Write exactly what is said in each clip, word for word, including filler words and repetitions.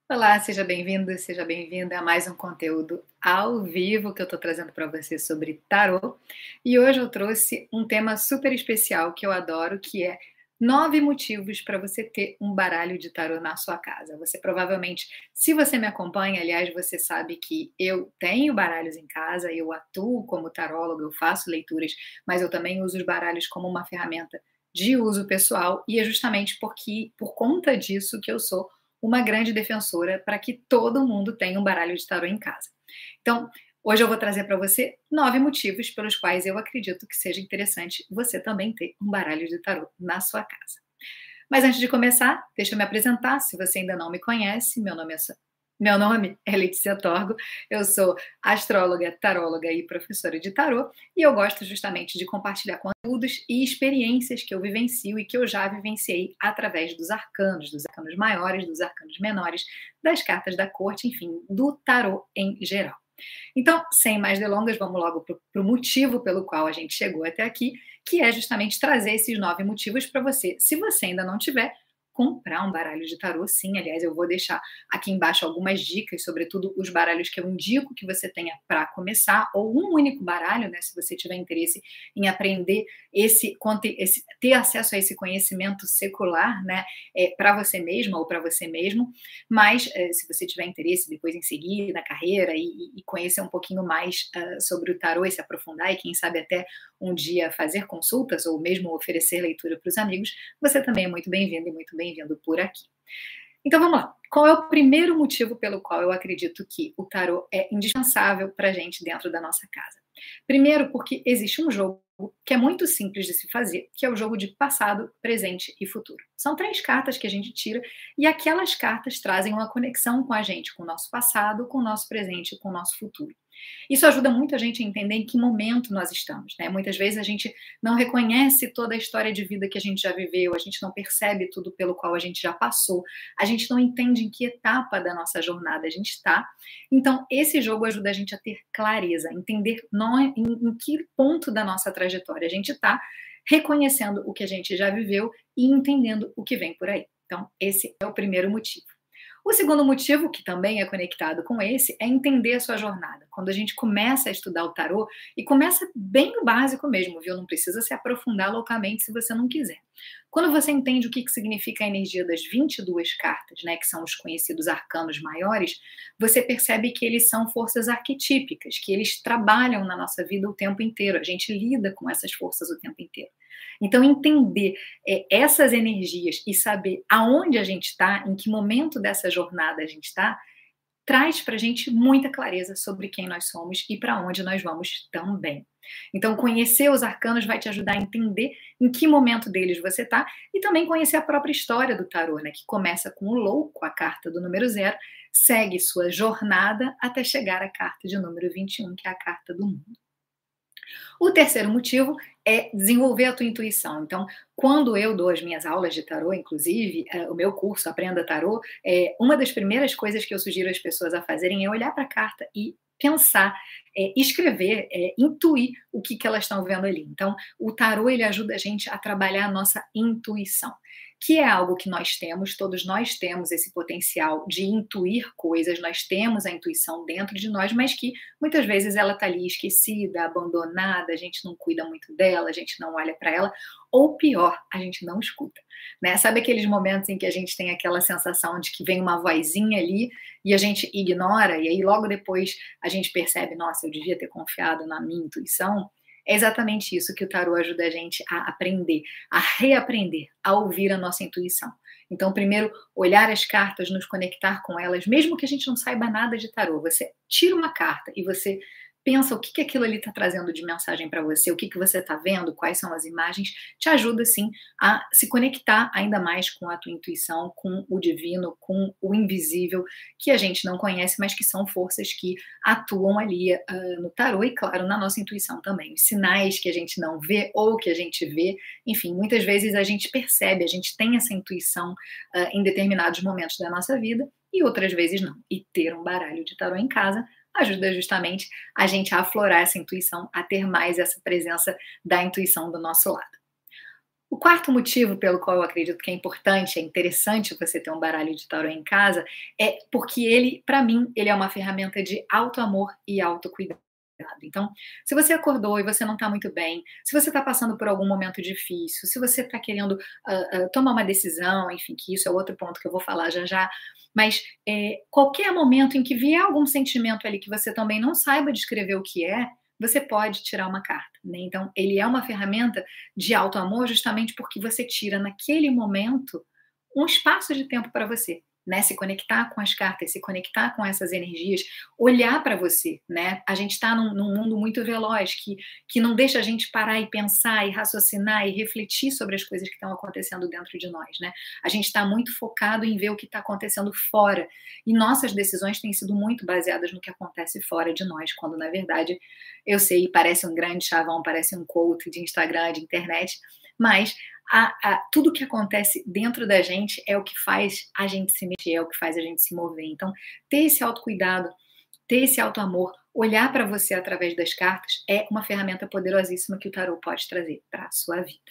Olá, seja bem-vindo, seja bem-vinda a mais um conteúdo ao vivo que eu estou trazendo para você sobre tarô. E hoje eu trouxe um tema super especial que eu adoro, que é nove motivos para você ter um baralho de tarô na sua casa. Você provavelmente, se você me acompanha, aliás, você sabe que eu tenho baralhos em casa, eu atuo como taróloga, eu faço leituras, mas eu também uso os baralhos como uma ferramenta de uso pessoal, e é justamente porque, por conta disso, que eu sou uma grande defensora para que todo mundo tenha um baralho de tarô em casa. Então, hoje eu vou trazer para você nove motivos pelos quais eu acredito que seja interessante você também ter um baralho de tarô na sua casa. Mas antes de começar, deixa eu me apresentar. Se você ainda não me conhece, meu nome é, meu nome é Letícia Torgo, eu sou astróloga, taróloga e professora de tarô, e eu gosto justamente de compartilhar conteúdos e experiências que eu vivencio e que eu já vivenciei através dos arcanos, dos arcanos maiores, dos arcanos menores, das cartas da corte, enfim, do tarô em geral. Então, sem mais delongas, vamos logo para o motivo pelo qual a gente chegou até aqui, que é justamente trazer esses nove motivos para você. Se você ainda não tiver, comprar um baralho de tarô, sim. Aliás, eu vou deixar aqui embaixo algumas dicas, sobretudo os baralhos que eu indico que você tenha para começar, ou um único baralho, né? Se você tiver interesse em aprender esse, esse ter acesso a esse conhecimento secular, né? É, para você mesma ou para você mesmo. Mas é, se você tiver interesse depois em seguir na carreira e, e conhecer um pouquinho mais uh, sobre o tarô e se aprofundar, e quem sabe até um dia fazer consultas ou mesmo oferecer leitura para os amigos, você também é muito bem-vindo e muito bem-vindo por aqui. Então vamos lá. Qual é o primeiro motivo pelo qual eu acredito que o tarô é indispensável para a gente dentro da nossa casa? Primeiro, porque existe um jogo que é muito simples de se fazer, que é o jogo de passado, presente e futuro. São três cartas que a gente tira e aquelas cartas trazem uma conexão com a gente, com o nosso passado, com o nosso presente e com o nosso futuro. Isso ajuda muito a gente a entender em que momento nós estamos, né? Muitas vezes a gente não reconhece toda a história de vida que a gente já viveu, a gente não percebe tudo pelo qual a gente já passou, a gente não entende em que etapa da nossa jornada a gente está. Então, esse jogo ajuda a gente a ter clareza, entender em, em que ponto da nossa trajetória a gente está, reconhecendo o que a gente já viveu e entendendo o que vem por aí. Então, esse é o primeiro motivo. O segundo motivo, que também é conectado com esse, é entender a sua jornada. Quando a gente começa a estudar o tarô, e começa bem no básico mesmo, viu? Não precisa se aprofundar loucamente se você não quiser. Quando você entende o que, que significa a energia das vinte e duas cartas, né, que são os conhecidos arcanos maiores, você percebe que eles são forças arquetípicas, que eles trabalham na nossa vida o tempo inteiro. A gente lida com essas forças o tempo inteiro. Então, entender é, essas energias e saber aonde a gente está, em que momento dessa jornada a gente está, traz para a gente muita clareza sobre quem nós somos e para onde nós vamos também. Então, conhecer os arcanos vai te ajudar a entender em que momento deles você está e também conhecer a própria história do tarô, né, que começa com o louco, a carta do número zero, segue sua jornada até chegar à carta de número vinte e um, que é a carta do mundo. O terceiro motivo é desenvolver a tua intuição. Então, quando eu dou as minhas aulas de tarô, inclusive, o meu curso Aprenda Tarô, é, uma das primeiras coisas que eu sugiro às pessoas a fazerem é olhar para a carta e pensar, é, escrever, é, intuir o que, que elas estão vendo ali. Então, o tarô, ele ajuda a gente a trabalhar a nossa intuição, que é algo que nós temos, todos nós temos esse potencial de intuir coisas, nós temos a intuição dentro de nós, mas que muitas vezes ela está ali esquecida, abandonada, a gente não cuida muito dela, a gente não olha para ela, ou pior, a gente não escuta, né? Sabe aqueles momentos em que a gente tem aquela sensação de que vem uma vozinha ali e a gente ignora, e aí logo depois a gente percebe, nossa, eu devia ter confiado na minha intuição? É exatamente isso que o tarô ajuda a gente a aprender, a reaprender, a ouvir a nossa intuição. Então, primeiro, olhar as cartas, nos conectar com elas, mesmo que a gente não saiba nada de tarô. Você tira uma carta e você pensa o que, que aquilo ali está trazendo de mensagem para você, o que, que você está vendo, quais são as imagens, te ajuda, sim, a se conectar ainda mais com a tua intuição, com o divino, com o invisível, que a gente não conhece, mas que são forças que atuam ali uh, no tarô e, claro, na nossa intuição também. Os sinais que a gente não vê ou que a gente vê, enfim, muitas vezes a gente percebe, a gente tem essa intuição uh, em determinados momentos da nossa vida e outras vezes não. E ter um baralho de tarô em casa ajuda justamente a gente a aflorar essa intuição, a ter mais essa presença da intuição do nosso lado. O quarto motivo pelo qual eu acredito que é importante, é interessante você ter um baralho de tarô em casa, é porque ele, para mim, ele é uma ferramenta de autoamor e autocuidado. Então, se você acordou e você não está muito bem, se você está passando por algum momento difícil, se você está querendo uh, uh, tomar uma decisão, enfim, que isso é outro ponto que eu vou falar já já, mas é, qualquer momento em que vier algum sentimento ali que você também não saiba descrever o que é, você pode tirar uma carta, né? Então, ele é uma ferramenta de autoamor justamente porque você tira naquele momento um espaço de tempo para você, né? Se conectar com as cartas, se conectar com essas energias, olhar para você, né? A gente está num, num mundo muito veloz que, que não deixa a gente parar e pensar e raciocinar e refletir sobre as coisas que estão acontecendo dentro de nós, né? A gente está muito focado em ver o que está acontecendo fora e nossas decisões têm sido muito baseadas no que acontece fora de nós, quando na verdade eu sei, parece um grande chavão, parece um quote de Instagram, de internet, mas a, a, tudo que acontece dentro da gente é o que faz a gente se mexer, é o que faz a gente se mover. Então, ter esse autocuidado, ter esse autoamor, olhar para você através das cartas é uma ferramenta poderosíssima que o tarô pode trazer para a sua vida.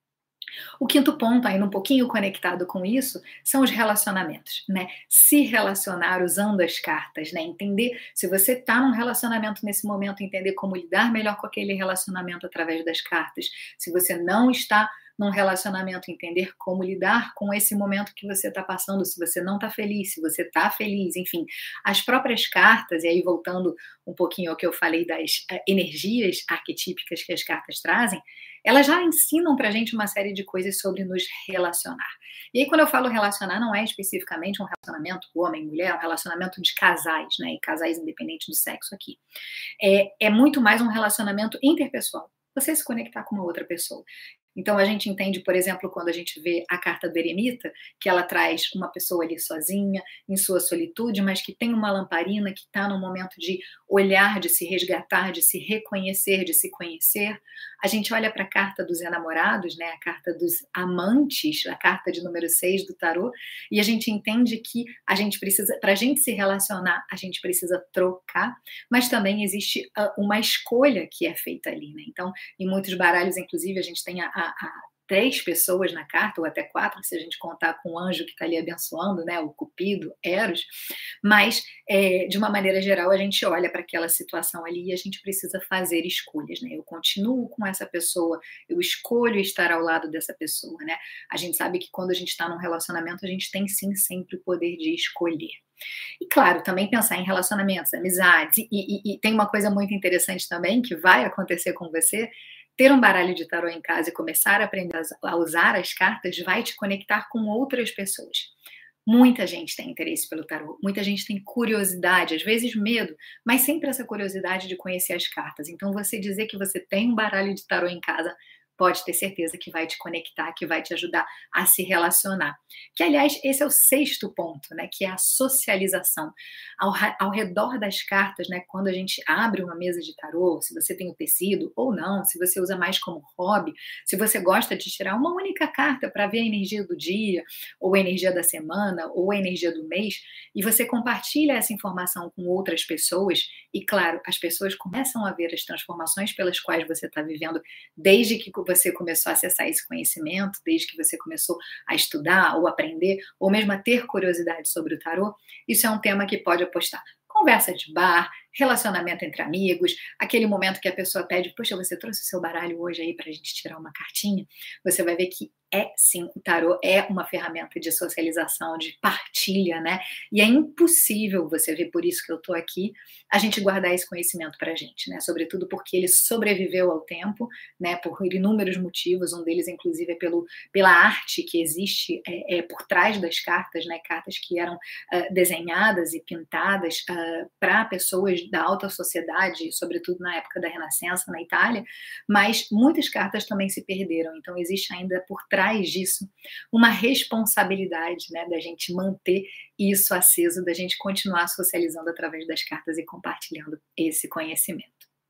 O quinto ponto, ainda um pouquinho conectado com isso, são os relacionamentos, né? Se relacionar usando as cartas, né? Entender se você está num relacionamento nesse momento, entender como lidar melhor com aquele relacionamento através das cartas. Se você não está num relacionamento, entender como lidar com esse momento que você está passando, se você não está feliz, se você está feliz, enfim. As próprias cartas, e aí voltando um pouquinho ao que eu falei das uh, energias arquetípicas que as cartas trazem, elas já ensinam pra gente uma série de coisas sobre nos relacionar. E aí, quando eu falo relacionar, não é especificamente um relacionamento homem-mulher, é um relacionamento de casais, né? E casais independentes do sexo aqui. É, é muito mais um relacionamento interpessoal. Você se conectar com uma outra pessoa. Então, a gente entende, por exemplo, quando a gente vê a carta do eremita, que ela traz uma pessoa ali sozinha, em sua solitude, mas que tem uma lamparina, que está no momento de olhar, de se resgatar, de se reconhecer, de se conhecer. A gente olha para a carta dos enamorados, né, a carta dos amantes, a carta de número seis do tarô, e a gente entende que a gente precisa, para a gente se relacionar, a gente precisa trocar, mas também existe uma escolha que é feita ali, né? Então, em muitos baralhos, inclusive, a gente tem a, a, a três pessoas na carta, ou até quatro, se a gente contar com o anjo que está ali abençoando, né, o Cupido, Eros, mas, é, de uma maneira geral, a gente olha para aquela situação ali e a gente precisa fazer escolhas, né, eu continuo com essa pessoa, eu escolho estar ao lado dessa pessoa, né, a gente sabe que quando a gente está num relacionamento, a gente tem sim sempre o poder de escolher. E claro, também pensar em relacionamentos, amizades, e, e, e tem uma coisa muito interessante também, que vai acontecer com você, ter um baralho de tarô em casa e começar a aprender a usar as cartas vai te conectar com outras pessoas. Muita gente tem interesse pelo tarô, muita gente tem curiosidade, às vezes medo, mas sempre essa curiosidade de conhecer as cartas. Então, você dizer que você tem um baralho de tarô em casa pode ter certeza que vai te conectar, que vai te ajudar a se relacionar. Que, aliás, esse é o sexto ponto, né? Que é a socialização. Ao, ao redor das cartas, né? Quando a gente abre uma mesa de tarô, se você tem o tecido ou não, se você usa mais como hobby, se você gosta de tirar uma única carta para ver a energia do dia, ou a energia da semana, ou a energia do mês, e você compartilha essa informação com outras pessoas, e claro, as pessoas começam a ver as transformações pelas quais você está vivendo desde que você começou a acessar esse conhecimento, desde que você começou a estudar ou aprender, ou mesmo a ter curiosidade sobre o tarô, isso é um tema que pode apostar. Conversa de bar, relacionamento entre amigos, aquele momento que a pessoa pede, poxa, você trouxe o seu baralho hoje aí pra gente tirar uma cartinha? Você vai ver que é sim, o tarô é uma ferramenta de socialização, de partilha, né? E é impossível, você ver por isso que eu tô aqui, a gente guardar esse conhecimento pra gente, né? Sobretudo porque ele sobreviveu ao tempo, né? Por inúmeros motivos, um deles, inclusive, é pelo, pela arte que existe é, é, por trás das cartas, né? Cartas que eram uh, desenhadas e pintadas uh, para pessoas da alta sociedade, sobretudo na época da Renascença, na Itália, mas muitas cartas também se perderam, então existe ainda por trás disso uma responsabilidade, né, da gente manter isso aceso, da gente continuar socializando através das cartas e compartilhando esse conhecimento.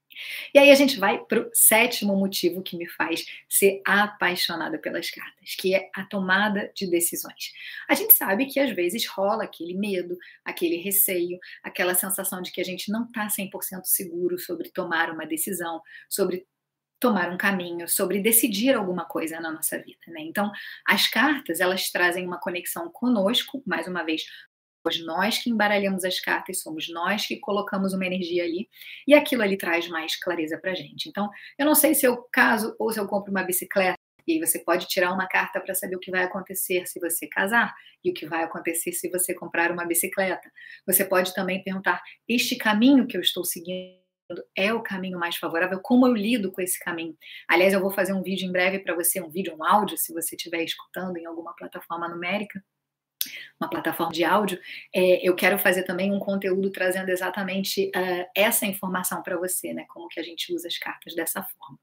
E aí a gente vai para o sétimo motivo que me faz ser apaixonada pelas cartas, que é a tomada de decisões. A gente sabe que às vezes rola aquele medo, aquele receio, aquela sensação de que a gente não está cem por cento seguro sobre tomar uma decisão, sobre tomar um caminho, sobre decidir alguma coisa na nossa vida, né. Então, as cartas, elas trazem uma conexão conosco, mais uma vez, somos nós que embaralhamos as cartas, somos nós que colocamos uma energia ali, e aquilo ali traz mais clareza pra gente. Então, eu não sei se eu caso ou se eu compro uma bicicleta, e aí você pode tirar uma carta para saber o que vai acontecer se você casar, e o que vai acontecer se você comprar uma bicicleta. Você pode também perguntar: "Este caminho que eu estou seguindo é o caminho mais favorável? Como eu lido com esse caminho?". Aliás, eu vou fazer um vídeo em breve para você, um vídeo, um áudio, se você estiver escutando em alguma plataforma numérica, uma plataforma de áudio, eh, eu quero fazer também um conteúdo trazendo exatamente, hã, essa informação para você, né, como que a gente usa as cartas dessa forma.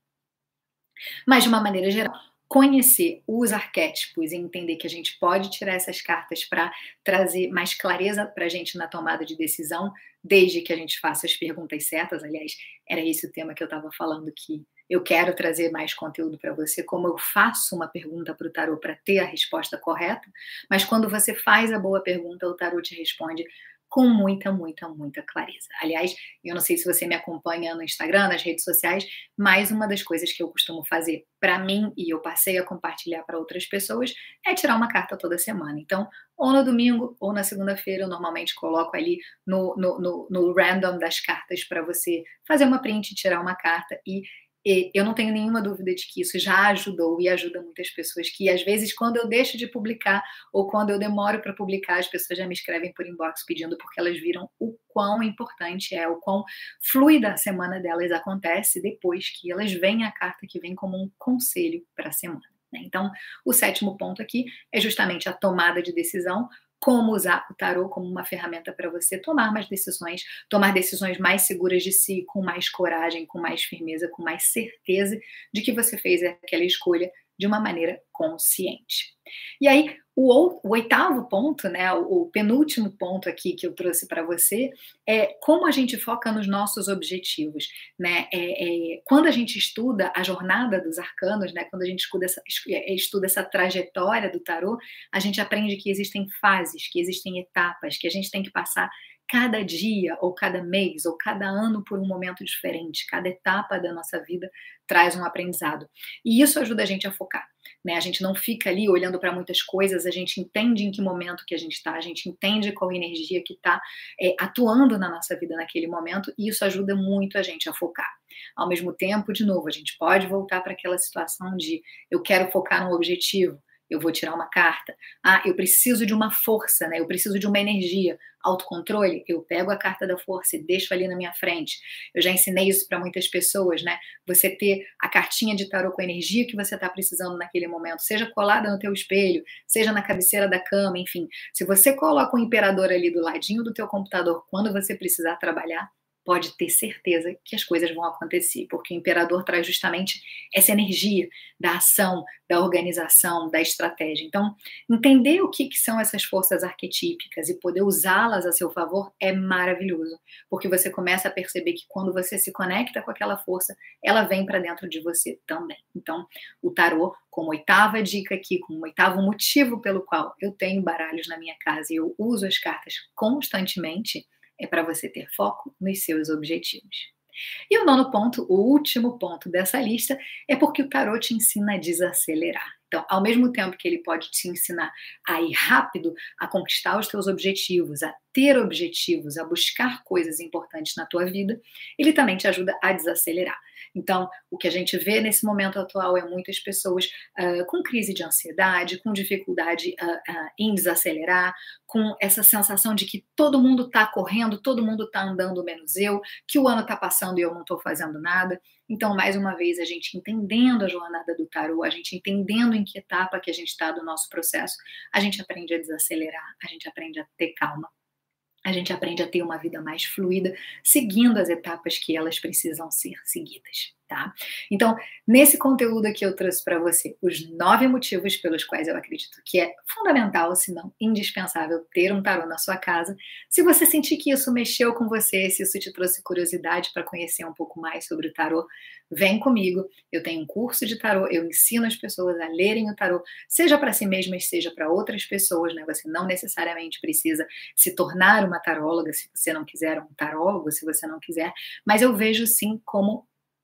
Mas, de uma maneira geral, conhecer os arquétipos e entender que a gente pode tirar essas cartas para trazer mais clareza para a gente na tomada de decisão, desde que a gente faça as perguntas certas. Aliás, era esse o tema que eu estava falando, que eu quero trazer mais conteúdo para você, como eu faço uma pergunta para o tarô para ter a resposta correta, mas quando você faz a boa pergunta, o tarô te responde com muita, muita, muita clareza. Aliás, eu não sei se você me acompanha no Instagram, nas redes sociais, mas uma das coisas que eu costumo fazer para mim, e eu passei a compartilhar para outras pessoas, é tirar uma carta toda semana. Então, ou no domingo ou na segunda-feira, eu normalmente coloco ali no, no, no, no random das cartas para você fazer uma print, tirar uma carta e e eu não tenho nenhuma dúvida de que isso já ajudou e ajuda muitas pessoas, que às vezes quando eu deixo de publicar ou quando eu demoro para publicar, as pessoas já me escrevem por inbox pedindo, porque elas viram o quão importante é, o quão fluida a semana delas acontece depois que elas veem a carta que vem como um conselho para a semana, né. Então, o sétimo ponto aqui é justamente a tomada de decisão, como usar o tarô como uma ferramenta para você tomar mais decisões, tomar decisões mais seguras de si, com mais coragem, com mais firmeza, com mais certeza de que você fez aquela escolha de uma maneira consciente. E aí, o, ou, o oitavo ponto, né, o, o penúltimo ponto aqui que eu trouxe para você, é como a gente foca nos nossos objetivos, né? É, é, quando a gente estuda a jornada dos arcanos, né, quando a gente estuda essa, estuda essa trajetória do tarô, a gente aprende que existem fases, que existem etapas, que a gente tem que passar cada dia, ou cada mês, ou cada ano por um momento diferente. Cada etapa da nossa vida traz um aprendizado. E isso ajuda a gente a focar, né? A gente não fica ali olhando para muitas coisas, a gente entende em que momento que a gente está, a gente entende qual energia que está é, atuando na nossa vida naquele momento, e isso ajuda muito a gente a focar. Ao mesmo tempo, de novo, a gente pode voltar para aquela situação de eu quero focar num objetivo, eu vou tirar uma carta. Ah, eu preciso de uma força, né? Eu preciso de uma energia. Autocontrole, eu pego a carta da força e deixo ali na minha frente. Eu já ensinei isso para muitas pessoas, né? Você ter a cartinha de tarô com a energia que você está precisando naquele momento, seja colada no teu espelho, seja na cabeceira da cama, enfim. Se você coloca o imperador ali do ladinho do teu computador quando você precisar trabalhar, pode ter certeza que as coisas vão acontecer, porque o imperador traz justamente essa energia da ação, da organização, da estratégia. Então, entender o que, que são essas forças arquetípicas e poder usá-las a seu favor é maravilhoso, porque você começa a perceber que quando você se conecta com aquela força, ela vem para dentro de você também. Então, o tarô, como oitava dica aqui, como oitavo motivo pelo qual eu tenho baralhos na minha casa e eu uso as cartas constantemente, é para você ter foco nos seus objetivos. E o nono ponto, o último ponto dessa lista, é porque o tarô te ensina a desacelerar. Então, ao mesmo tempo que ele pode te ensinar a ir rápido, a conquistar os teus objetivos, a ter objetivos, a buscar coisas importantes na tua vida, ele também te ajuda a desacelerar. Então, o que a gente vê nesse momento atual é muitas pessoas uh, com crise de ansiedade, com dificuldade uh, uh, em desacelerar, com essa sensação de que todo mundo está correndo, todo mundo está andando menos eu, que o ano está passando e eu não estou fazendo nada. Então, mais uma vez, a gente entendendo a jornada do tarô, a gente entendendo em que etapa que a gente está do nosso processo, a gente aprende a desacelerar, a gente aprende a ter calma, a gente aprende a ter uma vida mais fluida, seguindo as etapas que elas precisam ser seguidas, tá? Então, nesse conteúdo aqui eu trouxe para você os nove motivos pelos quais eu acredito que é fundamental, se não indispensável, ter um tarô na sua casa. Se você sentir que isso mexeu com você, se isso te trouxe curiosidade para conhecer um pouco mais sobre o tarô, vem comigo. Eu tenho um curso de tarô, eu ensino as pessoas a lerem o tarô, seja para si mesmas, seja para outras pessoas, né? Você não necessariamente precisa se tornar uma taróloga, se você não quiser um tarólogo, se você não quiser, mas eu vejo sim como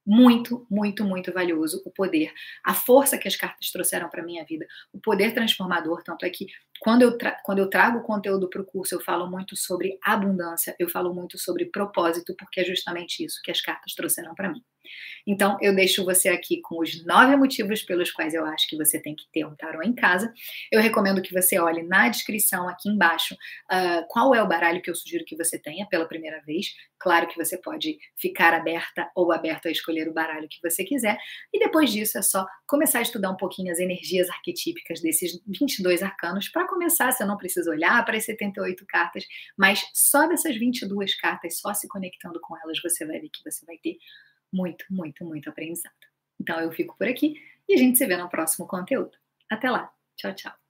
muito, muito, muito valioso o poder, a força que as cartas trouxeram para minha vida, o poder transformador. Tanto é que quando eu, tra quando eu trago conteúdo para o curso, eu falo muito sobre abundância, eu falo muito sobre propósito, porque é justamente isso que as cartas trouxeram para mim. Então, eu deixo você aqui com os nove motivos pelos quais eu acho que você tem que ter um tarô em casa. Eu recomendo que você olhe na descrição aqui embaixo uh, qual é o baralho que eu sugiro que você tenha pela primeira vez. Claro que você pode ficar aberta ou aberto a escolher o baralho que você quiser. E depois disso é só começar a estudar um pouquinho as energias arquetípicas desses vinte e dois arcanos. Para começar, você não precisa olhar para as setenta e oito cartas, mas só dessas vinte e duas cartas, só se conectando com elas, você vai ver que você vai ter muito, muito, muito aprendizado. Então eu fico por aqui e a gente se vê no próximo conteúdo. Até lá. Tchau, tchau.